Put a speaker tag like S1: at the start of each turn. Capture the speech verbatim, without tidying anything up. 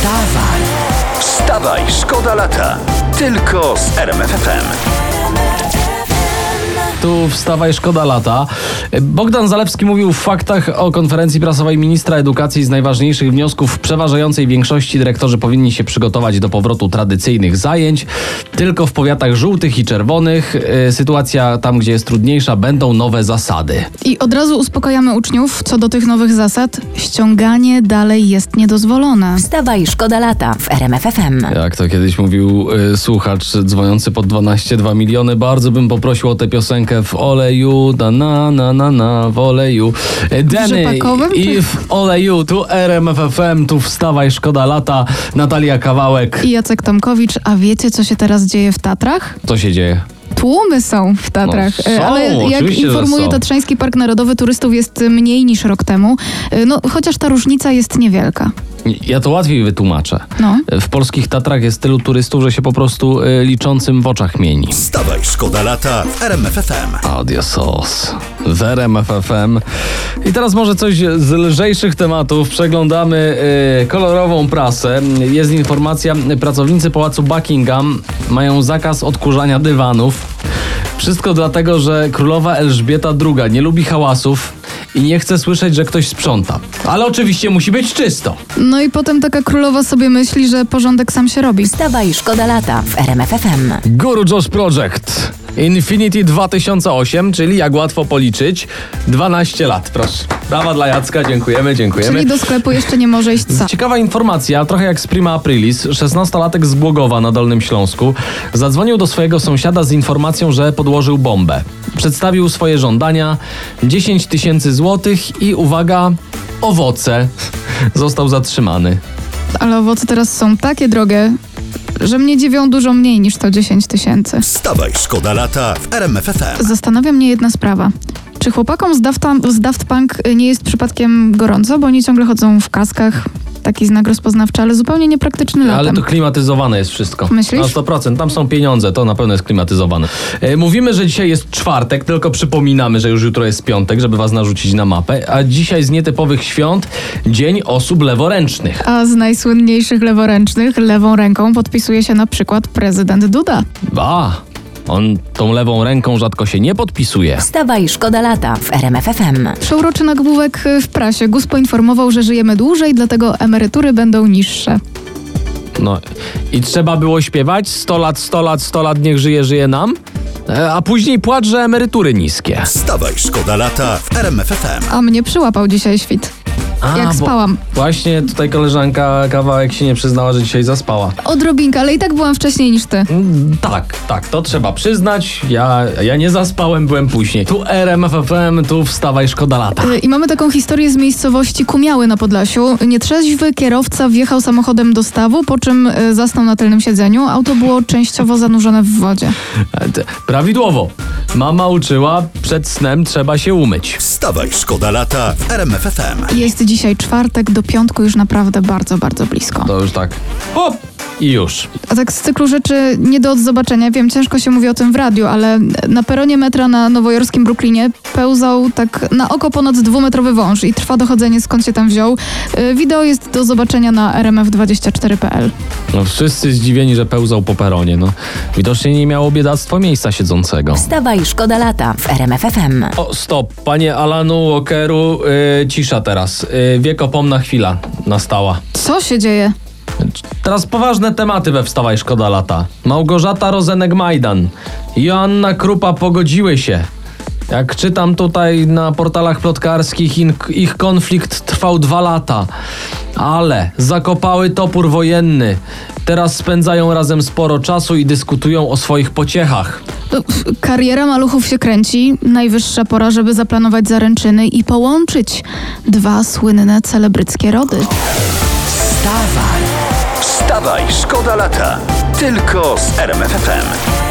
S1: Wstawaj! Wstawaj, szkoda lata. Tylko z R M F F M.
S2: Tu wstawaj, szkoda lata. Bogdan Zalewski mówił w faktach o konferencji prasowej ministra edukacji. Z najważniejszych wniosków w przeważającej większości dyrektorzy powinni się przygotować do powrotu tradycyjnych zajęć. Tylko w powiatach żółtych i czerwonych, y, sytuacja tam, gdzie jest trudniejsza, będą nowe zasady.
S3: I od razu uspokajamy uczniów co do tych nowych zasad. Ściąganie dalej jest niedozwolone.
S4: Wstawaj, szkoda lata w R M F F M.
S2: Jak to kiedyś mówił y, słuchacz dzwoniący pod dwanaście przecinek dwa miliony, bardzo bym poprosił o tę piosenkę w oleju, da na na na na w oleju. Denny
S3: rzepakowym,
S2: i
S3: czy-
S2: w oleju, tu R M F F M, tu wstawaj, szkoda lata, Natalia Kawałek.
S3: I Jacek Tomkowicz, a wiecie, co się teraz dzieje w Tatrach?
S2: Co się dzieje?
S3: Tłumy są w Tatrach,
S2: No są,
S3: ale jak
S2: oczywiście, że
S3: informuje
S2: są.
S3: Tatrzański Park Narodowy, turystów jest mniej niż rok temu, no chociaż ta różnica jest niewielka.
S2: Ja to łatwiej wytłumaczę.
S3: No.
S2: W polskich Tatrach jest tylu turystów, że się po prostu y, liczącym w oczach mieni.
S1: Wstawaj, szkoda lata w R M F F M.
S2: Audio Sos w R M F F M. I teraz może coś z lżejszych tematów. Przeglądamy y, kolorową prasę. Jest informacja, pracownicy Pałacu Buckingham mają zakaz odkurzania dywanów. Wszystko dlatego, że królowa Elżbieta druga nie lubi hałasów i nie chce słyszeć, że ktoś sprząta. Ale oczywiście musi być czysto.
S3: No i potem taka królowa sobie myśli, że porządek sam się robi.
S4: Wstawaj, szkoda lata w R M F F M.
S2: Guru Josh Project. Infinity dwa tysiące osiem, czyli jak łatwo policzyć, dwanaście lat, proszę. Brawa dla Jacka, dziękujemy, dziękujemy.
S3: Czyli do sklepu jeszcze nie może iść sam.
S2: Ciekawa informacja, trochę jak z Prima Aprilis. szesnastolatek z Głogowa na Dolnym Śląsku zadzwonił do swojego sąsiada z informacją, że podłożył bombę. Przedstawił swoje żądania, dziesięć tysięcy złotych i uwaga, owoce. Został zatrzymany.
S3: Ale owoce teraz są takie drogie, że mnie dziwią dużo mniej niż to dziesięć tysięcy.
S1: Wstawaj, szkoda lata w R M F F M.
S3: Zastanawia mnie jedna sprawa. Czy chłopakom z Daft, z Daft Punk nie jest przypadkiem gorąco, bo oni ciągle chodzą w kaskach, taki znak rozpoznawczy, ale zupełnie niepraktyczny latem.
S2: Ale to klimatyzowane jest wszystko.
S3: Myślisz?
S2: Na sto procent. Tam są pieniądze, to na pewno jest klimatyzowane. E, mówimy, że dzisiaj jest czwartek, tylko przypominamy, że już jutro jest piątek, żeby was narzucić na mapę. A dzisiaj z nietypowych świąt Dzień Osób Leworęcznych.
S3: A z najsłynniejszych leworęcznych lewą ręką podpisuje się na przykład prezydent Duda.
S2: Ba, on tą lewą ręką rzadko się nie podpisuje.
S4: Wstawaj, szkoda lata w R M F F M.
S3: Przeuroczy nagłówek w prasie. GUS poinformował, że żyjemy dłużej, dlatego emerytury będą niższe.
S2: No i trzeba było śpiewać sto lat, sto lat, sto lat, niech żyje, żyje nam. E, a później płacz, że emerytury niskie.
S1: Wstawaj, szkoda lata w R M F F M.
S3: A mnie przyłapał dzisiaj świt.
S2: A,
S3: Jak
S2: bo
S3: spałam. Właśnie
S2: Właśnie tutaj koleżanka Kawałek się nie przyznała, że dzisiaj zaspała.
S3: odrobinkę, ale i tak byłam wcześniej niż ty.
S2: Mm, Tak, tak, to trzeba przyznać. Ja, ja nie zaspałem, byłem później. Tu R M F F M, tu wstawaj, szkoda lata.
S3: Y, I mamy taką historię z miejscowości Kumiały na Podlasiu. Nietrzeźwy kierowca wjechał samochodem do stawu, po czym y, zasnął na tylnym siedzeniu. Auto było częściowo zanurzone w wodzie.
S2: E, t- Prawidłowo. Mama uczyła, przed snem trzeba się umyć.
S1: Wstawaj, szkoda lata w R M F F M.
S3: Jest dzisiaj czwartek, do piątku już naprawdę bardzo, bardzo blisko.
S2: To już tak. Hop! I już.
S3: A tak z cyklu rzeczy nie do odzobaczenia. Wiem, ciężko się mówi o tym w radiu, ale na peronie metra na nowojorskim Brooklynie pełzał tak na oko ponad dwumetrowy wąż i trwa dochodzenie, skąd się tam wziął. Y, Wideo jest do zobaczenia na r m f dwadzieścia cztery kropka p l.
S2: No wszyscy zdziwieni, że pełzał po peronie. No, widocznie nie miało biedactwo miejsca siedzącego.
S4: Wstawaj, szkoda lata w R M F F M.
S2: O, stop. Panie Alanu Walkeru, yy, cisza teraz. Yy, wiekopomna chwila nastała.
S3: Co się dzieje?
S2: Teraz poważne tematy we Wstawaj, szkoda lata. Małgorzata Rozenek-Majdan i Joanna Krupa pogodziły się. Jak czytam tutaj na portalach plotkarskich, in, ich konflikt trwał dwa lata. Ale zakopały topór wojenny. Teraz spędzają razem sporo czasu i dyskutują o swoich pociechach.
S3: No, kariera maluchów się kręci. Najwyższa pora, żeby zaplanować zaręczyny i połączyć dwa słynne celebryckie rody.
S1: Wstawaj, szkoda lata. Tylko z R M F F M.